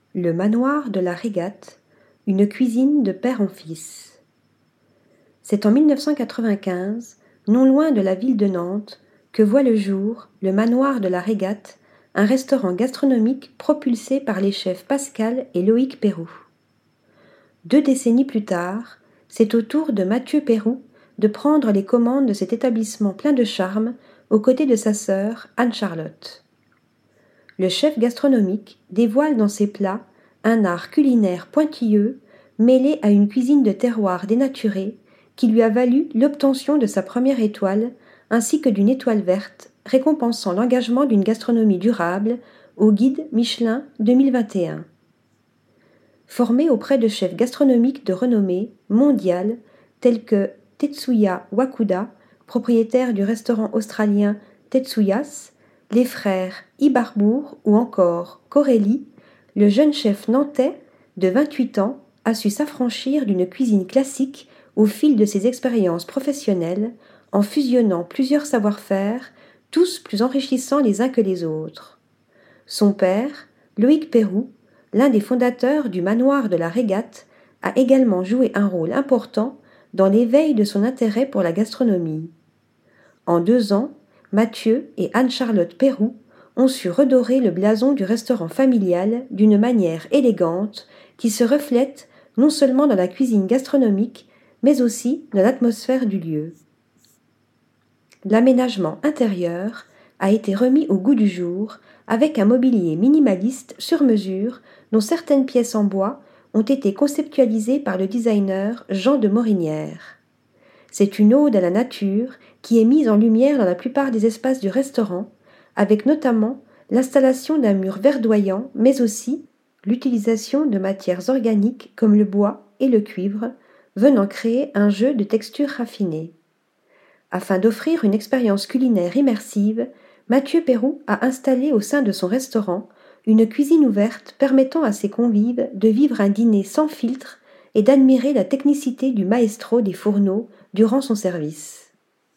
Le manoir de la Régate, une cuisine de père en fils. C'est en 1995, non loin de la ville de Nantes, que voit le jour le manoir de la Régate, un restaurant gastronomique propulsé par les chefs Pascal et Loïc Péroux. 2 décennies plus tard, c'est au tour de Mathieu Péroux de prendre les commandes de cet établissement plein de charme aux côtés de sa sœur Anne-Charlotte. Le chef gastronomique dévoile dans ses plats un art culinaire pointilleux mêlé à une cuisine de terroir dénaturée qui lui a valu l'obtention de sa première étoile ainsi que d'une étoile verte récompensant l'engagement d'une gastronomie durable au guide Michelin 2021. Formé auprès de chefs gastronomiques de renommée mondiale tels que Tetsuya Wakuda, propriétaire du restaurant australien Tetsuyas, les frères Ibarbour ou encore Corelli, le jeune chef nantais de 28 ans a su s'affranchir d'une cuisine classique au fil de ses expériences professionnelles en fusionnant plusieurs savoir-faire, tous plus enrichissants les uns que les autres. Son père, Loïc Péroux, l'un des fondateurs du manoir de la Régate, a également joué un rôle important dans l'éveil de son intérêt pour la gastronomie. En 2 ans, Mathieu et Anne-Charlotte Péroux ont su redorer le blason du restaurant familial d'une manière élégante qui se reflète non seulement dans la cuisine gastronomique, mais aussi dans l'atmosphère du lieu. L'aménagement intérieur a été remis au goût du jour avec un mobilier minimaliste sur mesure dont certaines pièces en bois ont été conceptualisées par le designer Jean de Morinière. C'est une ode à la nature qui est mise en lumière dans la plupart des espaces du restaurant, avec notamment l'installation d'un mur verdoyant, mais aussi l'utilisation de matières organiques comme le bois et le cuivre, venant créer un jeu de textures raffinées. Afin d'offrir une expérience culinaire immersive, Mathieu Péroux a installé au sein de son restaurant une cuisine ouverte permettant à ses convives de vivre un dîner sans filtre et d'admirer la technicité du maestro des fourneaux durant son service.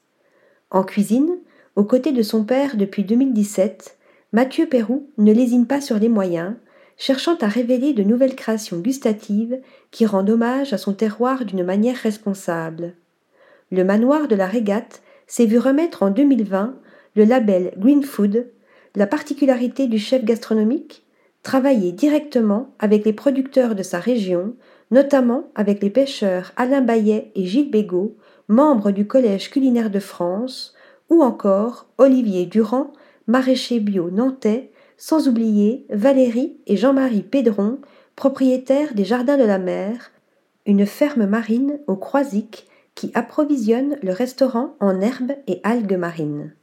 En cuisine, aux côtés de son père depuis 2017, Mathieu Péroux ne lésine pas sur les moyens, cherchant à révéler de nouvelles créations gustatives qui rendent hommage à son terroir d'une manière responsable. Le manoir de la Régate s'est vu remettre en 2020 le label Green Food. La particularité du chef gastronomique, travailler directement avec les producteurs de sa région, notamment avec les pêcheurs Alain Bayet et Gilles Bégaud, membres du Collège culinaire de France, ou encore Olivier Durand, maraîcher bio nantais, sans oublier Valérie et Jean-Marie Pédron, propriétaires des Jardins de la Mer, une ferme marine au Croisic qui approvisionne le restaurant en herbes et algues marines.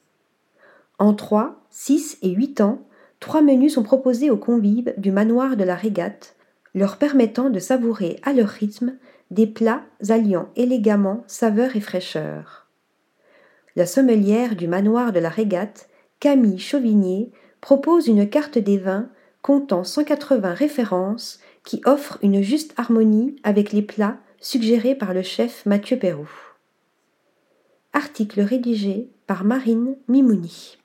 En 3, 6 et 8 ans, 3 menus sont proposés aux convives du manoir de la Régate, leur permettant de savourer à leur rythme des plats alliant élégamment saveur et fraîcheur. La sommelière du manoir de la Régate, Camille Chauvigné, propose une carte des vins comptant 180 références qui offre une juste harmonie avec les plats suggérés par le chef Mathieu Péroux. Article rédigé par Marine Mimouni.